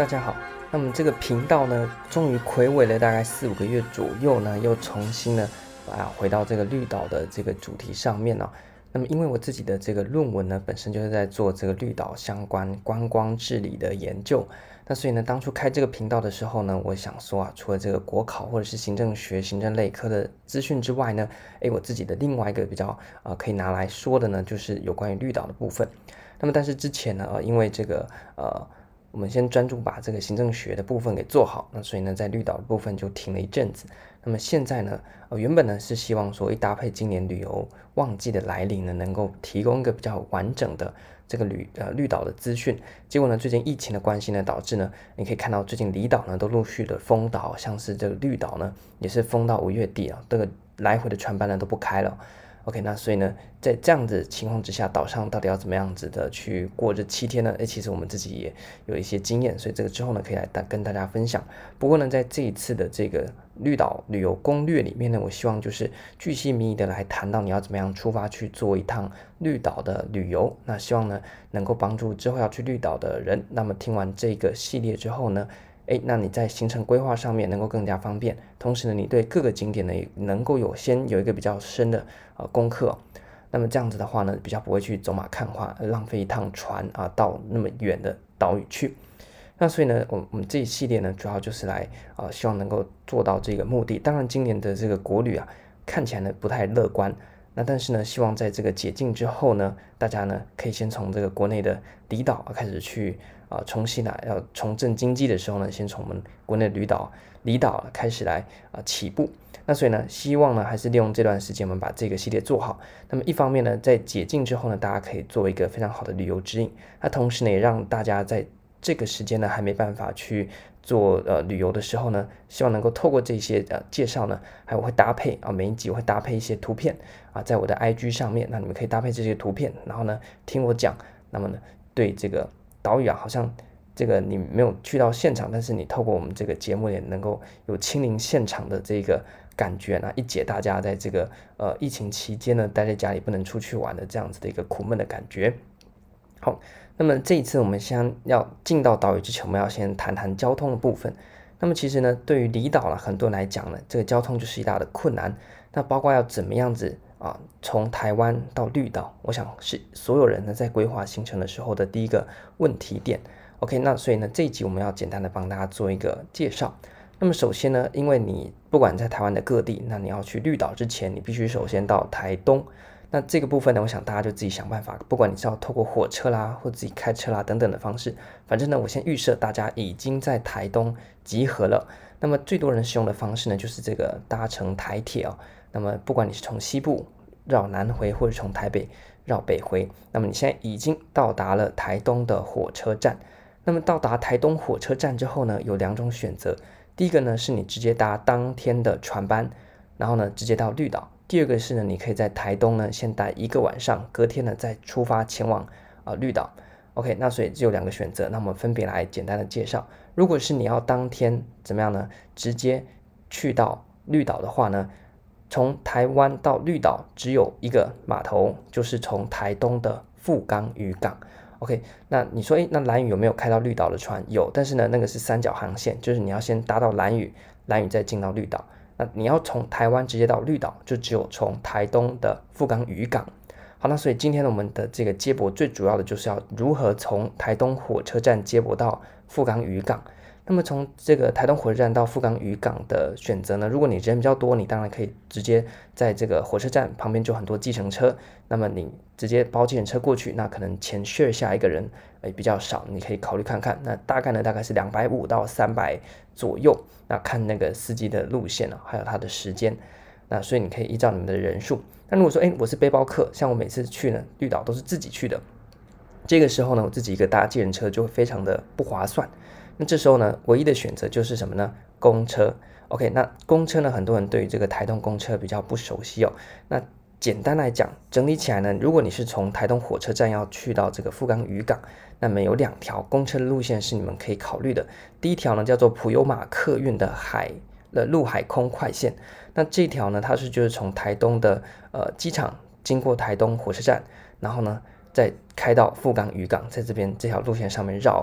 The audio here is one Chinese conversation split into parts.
家好。那么这个频道呢，终于睽违了大概4-5个月左右呢，又重新呢回到这个绿岛的这个主题上面哦。那么因为我自己的这个论文呢，本身就是在做这个绿岛相关观光治理的研究，那所以呢，当初开这个频道的时候呢，我想说除了这个国考或者是行政学、行政类科的资讯之外呢，我自己的另外一个比较可以拿来说的呢，就是有关于绿岛的部分。那么但是之前呢，因为这个我们先专注把这个行政学的部分给做好，那所以呢，在绿岛的部分就停了一阵子。那么现在呢，原本呢是希望说，搭配今年旅游旺季的来临呢，能够提供一个比较完整的这个绿岛的资讯。结果呢，最近疫情的关系呢，导致呢，你可以看到最近离岛呢都陆续的封岛，像是这个绿岛呢也是封到5月底这个来回的船班呢都不开了。OK， 那所以呢，在这样子情况之下，岛上到底要怎么样子的去过这7天呢？其实我们自己也有一些经验，所以这个之后呢，可以来跟大家分享。不过呢，在这一次的这个绿岛旅游攻略里面呢，我希望就是巨细靡遗的来谈到你要怎么样出发去做一趟绿岛的旅游。那希望呢，能够帮助之后要去绿岛的人。那么听完这个系列之后呢，那你在行程规划上面能够更加方便，同时呢，你对各个景点呢也能够先有一个比较深的功课。那么这样子的话呢，比较不会去走马看花，浪费一趟船到那么远的岛屿去。那所以呢，我们这一系列呢，主要就是来希望能够做到这个目的。当然，今年的这个国旅看起来呢不太乐观。那但是呢，希望在这个解禁之后呢，大家呢可以先从这个国内的离岛开始去重新要重振经济的时候呢，先从我们国内离岛开始来起步。那所以呢，希望呢还是利用这段时间，我们把这个系列做好。那么一方面呢，在解禁之后呢，大家可以做一个非常好的旅游指引。那同时呢，也让大家在这个时间呢还没办法去做旅游的时候呢，希望能够透过这些介绍呢，还有会搭配每一集会搭配一些图片在我的 IG 上面，那你们可以搭配这些图片，然后呢听我讲。那么呢，对这个岛屿好像这个你没有去到现场，但是你透过我们这个节目也能够有亲临现场的这个感觉呢，一解大家在这个疫情期间呢待在家里不能出去玩的这样子的一个苦闷的感觉。好，那么这一次我们先要进到岛屿之前，我们要先谈谈交通的部分。那么其实呢，对于离岛很多人来讲呢，这个交通就是一大的困难。那包括要怎么样子从台湾到绿岛，我想是所有人呢在规划行程的时候的第一个问题点。OK， 那所以呢，这一集我们要简单的帮大家做一个介绍。那么首先呢，因为你不管在台湾的各地，那你要去绿岛之前，你必须首先到台东。那这个部分呢，我想大家就自己想办法，不管你是要透过火车啦，或自己开车啦等等的方式，反正呢，我先预设大家已经在台东集合了。那么最多人使用的方式呢，就是这个搭乘台铁那么不管你是从西部绕南回，或者从台北绕北回，那么你现在已经到达了台东的火车站。那么到达台东火车站之后呢，有2种选择。第一个呢，是你直接搭当天的船班，然后呢直接到绿岛。第二个是呢，你可以在台东呢先待1个晚上，隔天呢再出发前往绿岛。OK， 那所以只有2个选择，那我们分别来简单的介绍。如果是你要当天怎么样呢？直接去到绿岛的话呢，从台湾到绿岛只有一个码头，就是从台东的富冈渔港。OK， 那你说那兰屿有没有开到绿岛的船？有，但是呢那个是3角航线，就是你要先搭到兰屿再进到绿岛。那你要从台湾直接到绿岛，就只有从台东的富冈渔港。好，那所以今天我们的这个接驳最主要的就是要如何从台东火车站接驳到富冈渔港。那么从这个台东火车站到富冈渔港的选择呢，如果你人比较多，你当然可以直接在这个火车站旁边就很多计程车，那么你直接包计程车过去，那可能钱 share 下一个人比较少，你可以考虑看看。那大概是250到300左右，那看那个司机的路线还有他的时间，那所以你可以依照你们的人数。那如果说我是背包客，像我每次去呢绿岛都是自己去的，这个时候呢我自己一个搭计程车就会非常的不划算。那这时候呢，唯一的选择就是什么呢？公车。OK， 那公车呢，很多人对于这个台东公车比较不熟悉那简单来讲，整理起来呢，如果你是从台东火车站要去到这个富冈渔港，那么有2条公车的路线是你们可以考虑的。第一条呢，叫做普悠玛客运的陆海空快线。那这条呢，它就是从台东的机场经过台东火车站，然后呢再开到富冈渔港，在这条路线上面绕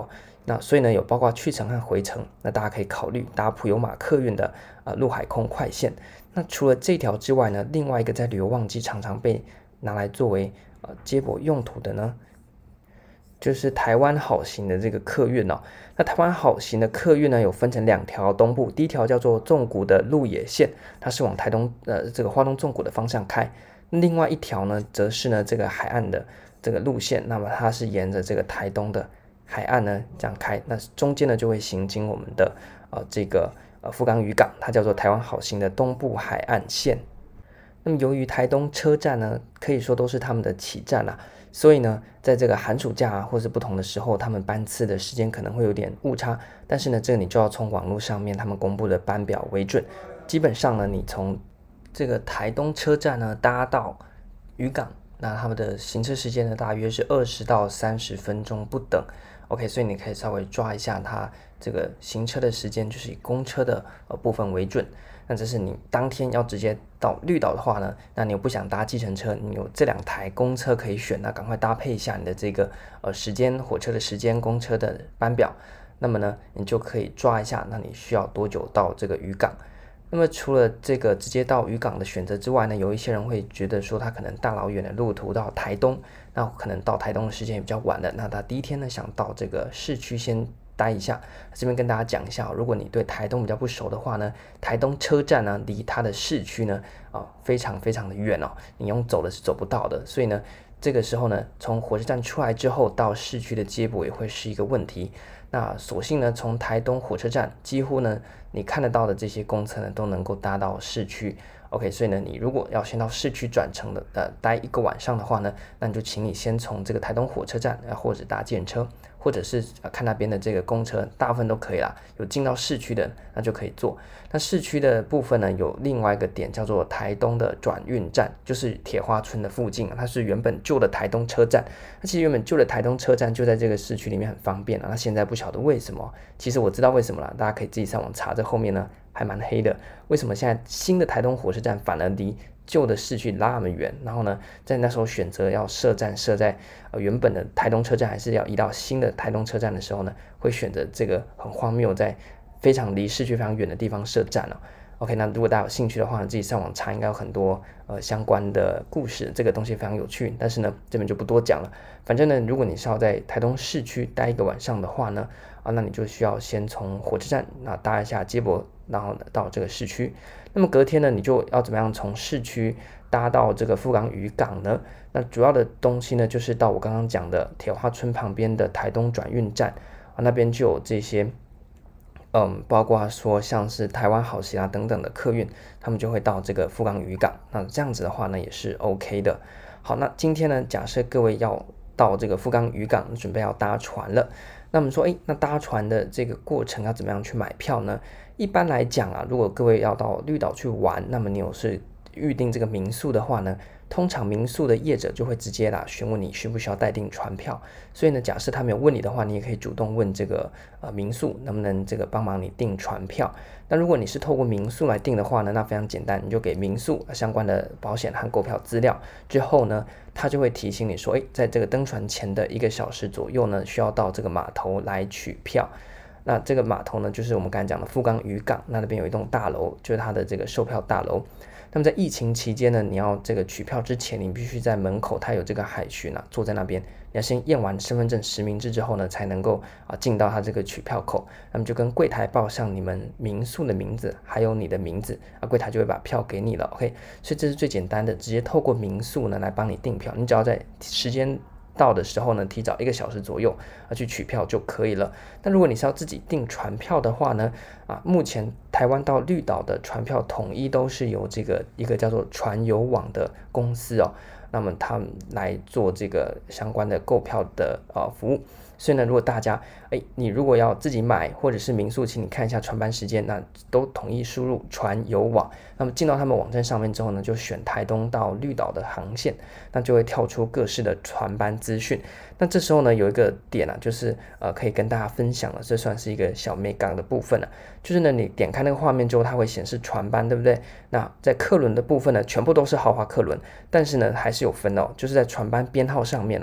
那所以呢有包括去程和回程，那大家可以考虑搭普悠玛客运的陆海空快线。那除了这条之外呢，另外一个在旅游旺季常常被拿来作为接驳用途的呢，就是台湾好行的这个客运哦。那台湾好行的客运呢，有分成2条东部，第一条叫做纵谷的鹿野线，它是往台东这个花东纵谷的方向开。另外一条呢，则是呢这个海岸的这个路线，那么它是沿着这个台东的海岸呢这样开，那中间呢就会行经我们的这个富冈渔港，它叫做台湾好行的东部海岸线。那么由于台东车站呢，可以说都是他们的起站啦，所以呢，在这个寒暑假或是不同的时候，他们班次的时间可能会有点误差，但是呢，这个你就要从网络上面他们公布的班表为准。基本上呢，你从这个台东车站呢搭到渔港，那他们的行车时间呢大约是20到30分钟不等。OK， 所以你可以稍微抓一下它这个行车的时间，就是以公车的部分为准。那这是你当天要直接到绿岛的话呢，那你又不想搭计程车，你有这2台公车可以选，那赶快搭配一下你的这个时间，火车的时间，公车的班表，那么呢，你就可以抓一下，那你需要多久到这个渔港。那么除了这个直接到渔港的选择之外呢，有一些人会觉得说他可能大老远的路途到台东，那可能到台东的时间也比较晚了，那他第一天呢想到这个市区先待一下。这边跟大家讲一下，如果你对台东比较不熟的话呢，台东车站呢离它的市区呢非常非常的远哦，你用走的是走不到的，所以呢这个时候呢从火车站出来之后到市区的接驳也会是一个问题。那所幸呢从台东火车站几乎呢你看得到的这些公车呢都能够搭到市区。OK， 所以呢，你如果要先到市区转乘的待1个晚上的话呢，那你就请你先从这个台东火车站或者搭计程车，或者是看那边的这个公车，大部分都可以啦。有进到市区的那就可以坐。那市区的部分呢，有另外一个点叫做台东的转运站，就是铁花村的附近，它是原本旧的台东车站。那其实原本旧的台东车站就在这个市区里面很方便那现在不晓得为什么，其实我知道为什么啦，大家可以自己上网查，这后面呢还蛮黑的。为什么现在新的台东火车站反而离旧的市区拉那么远？然后呢，在那时候选择要设站设在原本的台东车站，还是要移到新的台东车站的时候呢，会选择这个很荒谬，在非常离市区非常远的地方设站OK， 那如果大家有兴趣的话呢，自己上网查，应该有很多相关的故事，这个东西非常有趣。但是呢，这边就不多讲了。反正呢，如果你是要在台东市区待1个晚上的话呢，那你就需要先从火车站搭一下接驳，然后到这个市区。那么隔天呢，你就要怎么样从市区搭到这个富冈渔港呢？那主要的东西呢，就是到我刚刚讲的铁花村旁边的台东转运站那边就有这些。包括说像是台湾好行等等的客运，他们就会到这个富冈渔港。那这样子的话呢，也是 OK 的。好，那今天呢，假设各位要到这个富冈渔港，准备要搭船了。那我们说，那搭船的这个过程要怎么样去买票呢？一般来讲如果各位要到绿岛去玩，那么你是预定这个民宿的话呢，通常民宿的业者就会直接询问你需不需要代订船票。所以呢，假设他没有问你的话，你也可以主动问这个民宿能不能这个帮忙你订船票。那如果你是透过民宿来订的话呢，那非常简单，你就给民宿相关的保险和购票资料之后呢，他就会提醒你说，在这个登船前的1个小时左右呢，需要到这个码头来取票。那这个码头呢，就是我们刚才讲的富冈渔港，那边有一栋大楼，就是它的这个售票大楼。那么在疫情期间呢，你要这个取票之前，你必须在门口，它有这个海巡坐在那边，你要先验完身份证实名制之后呢，才能够进到它这个取票口。那么就跟柜台报上你们民宿的名字，还有你的名字柜台就会把票给你了。OK， 所以这是最简单的，直接透过民宿呢来帮你订票，你只要在时间到的时候呢，提早1个小时左右去取票就可以了。但如果你是要自己订船票的话呢，目前台湾到绿岛的船票统一都是由这个一个叫做船游网的公司那么他们来做这个相关的购票的服务。所以呢，如果大家你如果要自己买或者是民宿，请你看一下船班时间，那都统一输入船游网。那么进到他们网站上面之后呢，就选台东到绿岛的航线，那就会跳出各式的船班资讯。那这时候呢，有一个点就是可以跟大家分享了，这算是一个小美感的部分就是呢，你点开那个画面之后，它会显示船班，对不对？那在客轮的部分呢，全部都是豪华客轮，但是呢，还是有分就是在船班编号上面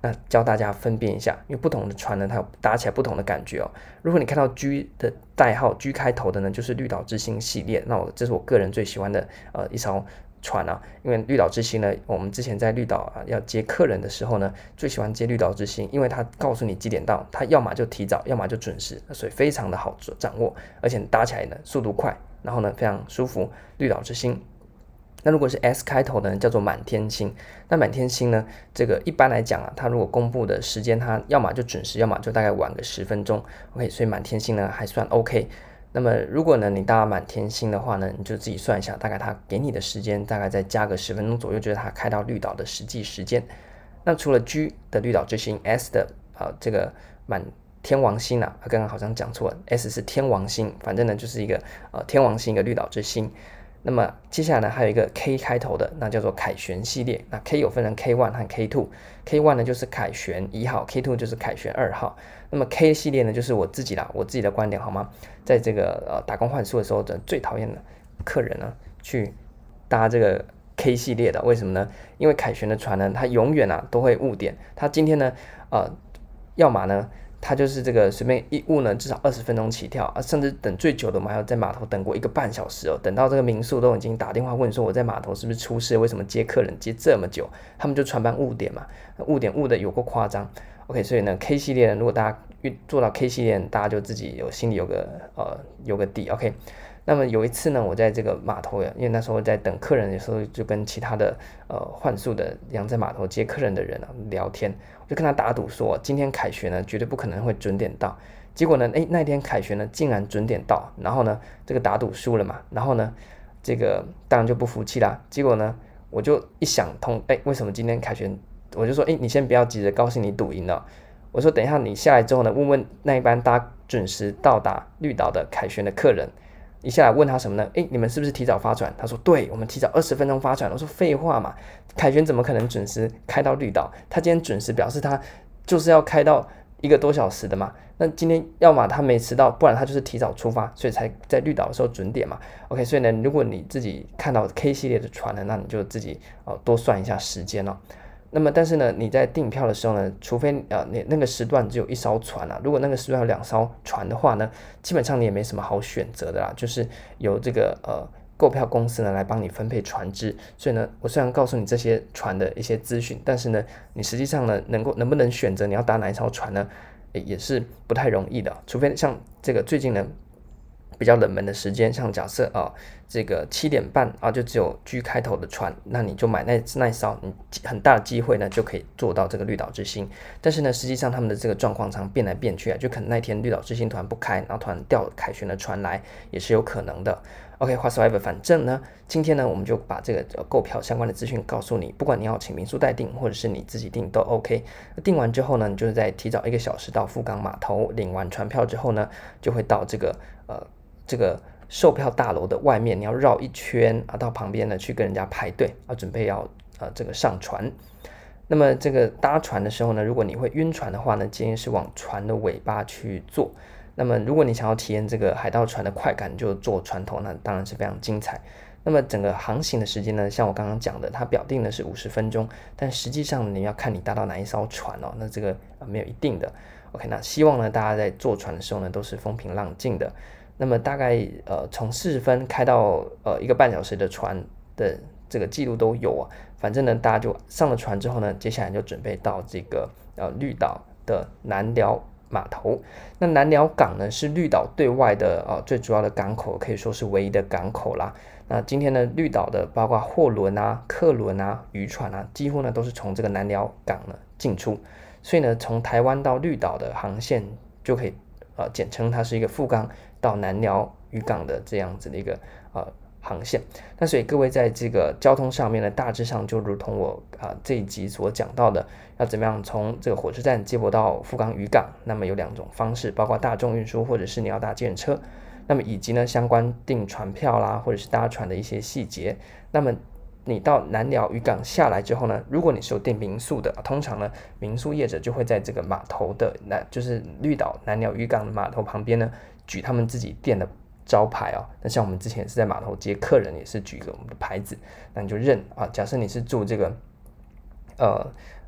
那教大家分辨一下，因为不同的船呢，它有搭起来不同的感觉哦。如果你看到 G 的代号 G 开头的呢，就是绿岛之星系列，那这是我个人最喜欢的一艘船啊。因为绿岛之星呢，我们之前在绿岛要接客人的时候呢，最喜欢接绿岛之星，因为它告诉你几点到，它要么就提早，要么就准时，所以非常的好掌握，而且搭起来呢速度快，然后呢非常舒服。绿岛之星。那如果是 S 开头的呢，叫做满天星。那满天星呢，这个一般来讲啊，它如果公布的时间，它要么就准时，要么就大概晚个10分钟。OK， 所以满天星呢还算 OK。那么如果呢你搭满天星的话呢，你就自己算一下，大概它给你的时间大概再加个10分钟左右，就是它开到绿岛的实际时间。那除了 G 的绿岛之星 ，S 的这个满天王星啊，刚刚好像讲错了 ，S 是天王星，反正呢就是一个天王星一个绿岛之星。那么接下来呢，还有一个 K 开头的，那叫做凯旋系列。那 K 有分成 K1 和 K2。K1 呢就是凯旋1号 ，K2 就是凯旋2号。那么 K 系列呢，就是我自己的观点好吗？在这个打工换宿的时候，最讨厌的客人呢，去搭这个 K 系列的，为什么呢？因为凯旋的船呢，它永远都会误点。它今天呢，要么呢，它就是这个随便一误呢，至少20分钟起跳甚至等最久的，我们还要在码头等过1个半小时哦。等到这个民宿都已经打电话问说我在码头是不是出事，为什么接客人接这么久？他们就船班误点嘛，误点误的有够夸张。OK， 所以呢 K 系列呢，如果大家做到 K 系列，大家就自己心里有个底。OK， 那么有一次呢，我在这个码头，因为那时候在等客人的时候，就跟其他的换宿的一样在码头接客人的人聊天。就跟他打赌说，今天凯旋呢绝对不可能会准点到。结果呢，那天凯旋呢竟然准点到，然后呢，这个打赌输了嘛，然后呢，这个当然就不服气啦。结果呢，我就一想通，为什么今天凯旋？我就说，你先不要急着高兴你赌赢了。我说等一下你下来之后呢，问问那一班搭准时到达绿岛的凯旋的客人。一下来问他什么呢？你们是不是提早发船？他说对，我们提早20分钟发船。我说废话嘛，凯旋怎么可能准时开到绿岛？他今天准时表示他就是要开到1个多小时的嘛。那今天要么他没迟到，不然他就是提早出发，所以才在绿岛的时候准点嘛。OK， 所以呢，如果你自己看到 K 系列的船呢，那你就自己多算一下时间哦。那么，但是呢，你在订票的时候呢，除非你那个时段只有1艘船如果那个时段有2艘船的话呢，基本上你也没什么好选择的啦，就是由这个购票公司呢来帮你分配船只。所以呢，我虽然告诉你这些船的一些资讯，但是呢，你实际上呢能不能选择你要搭哪一艘船呢，也是不太容易的。除非像这个最近呢比较冷门的时间，像假设这个7点半就只有 G 开头的船，那你就买那一艘，你很大的机会呢就可以坐到这个绿岛之星。但是呢，实际上他们的这个状况常变来变去就可能那天绿岛之星团不开，然后突然调凯旋的船来，也是有可能的。OK， whatsoever， 反正呢，今天呢我们就把这个购票相关的资讯告诉你，不管你要请民宿代订或者是你自己订都 OK。订完之后呢，你就是在提早1个小时到富港码头，领完船票之后呢，就会到这个售票大楼的外面，你要绕一圈到旁边呢去跟人家排队准备要这个上船。那么这个搭船的时候呢，如果你会晕船的话呢，建议是往船的尾巴去坐。那么如果你想要体验这个海盗船的快感，就坐船头，那当然是非常精彩。那么整个航行的时间呢，像我刚刚讲的，它表定的是50分钟，但实际上你要看你搭到哪一艘船那这个没有一定的。OK， 那希望呢大家在坐船的时候呢都是风平浪静的。那么大概从40分开到1个半小时的船的这个记录都有反正呢大家就上了船之后呢，接下来就准备到这个绿岛的南寮码头。那南寮港呢是绿岛对外的最主要的港口，可以说是唯一的港口啦。那今天呢绿岛的包括货轮客轮渔船几乎呢都是从这个南寮港呢进出。所以呢从台湾到绿岛的航线就可以简称它是一个富冈到南寮渔港的这样子的一个航线。那所以各位在这个交通上面呢，大致上就如同我这一集所讲到的，要怎么样从这个火车站接驳到富冈渔港。那么有2种方式，包括大众运输或者是你要搭计程车。那么以及呢相关订船票啦，或者是搭船的一些细节。那么你到南寮渔港下来之后呢，如果你是有订民宿的，通常呢民宿业者就会在这个码头的就是绿岛南寮渔港的码头旁边呢举他们自己店的招牌那像我们之前是在码头接客人，也是举个我们的牌子，那你就认假设你是住这个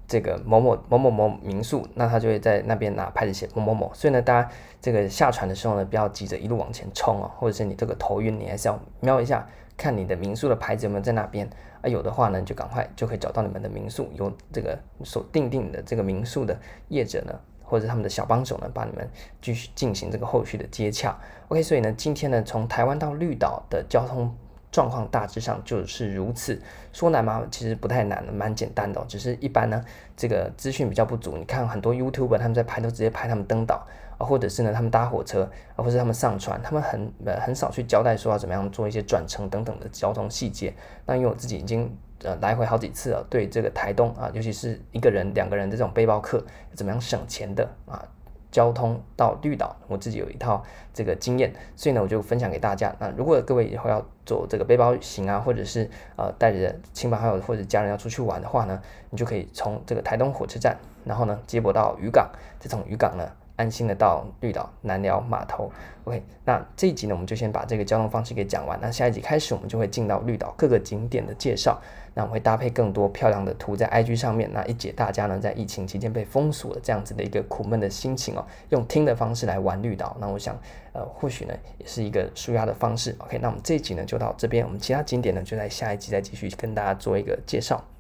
这个某某民宿，那他就会在那边拿牌子写某某某。所以呢，大家这个下船的时候呢，不要急着一路往前冲哦，或者是你这个头晕，你还是要瞄一下，看你的民宿的牌子有没有在那边啊。有的话呢，你就赶快就可以找到你们的民宿，由这个所定的这个民宿的业者呢，或者他们的小帮手呢，帮你们继续进行这个后续的接洽。OK， 所以呢，今天呢，从台湾到绿岛的交通状况大致上就是如此。说难吗？其实不太难，蛮简单的只是一般呢，这个资讯比较不足。你看很多 YouTuber 他们在拍都直接拍他们登岛或者是呢他们搭火车或者他们上船，他们很少去交代说要怎么样做一些转乘等等的交通细节。那因为我自己已经来回好几次了，对这个台东尤其是一个人、2个人的这种背包客怎么样省钱的交通到绿岛，我自己有一套这个经验，所以呢我就分享给大家。那如果各位以后要做这个背包行或者是带着亲朋好友或者家人要出去玩的话呢，你就可以从这个台东火车站，然后呢接驳到渔港，再从渔港呢安心的到绿岛南寮码头。 OK， 那这一集呢我们就先把这个交通方式给讲完，那下一集开始我们就会进到绿岛各个景点的介绍，那我们会搭配更多漂亮的图在 IG 上面，那一解大家呢在疫情期间被封锁的这样子的一个苦闷的心情用听的方式来玩绿岛，那我想或许呢也是一个抒压的方式。 OK， 那我们这一集呢就到这边，我们其他景点呢就在下一集再继续跟大家做一个介绍。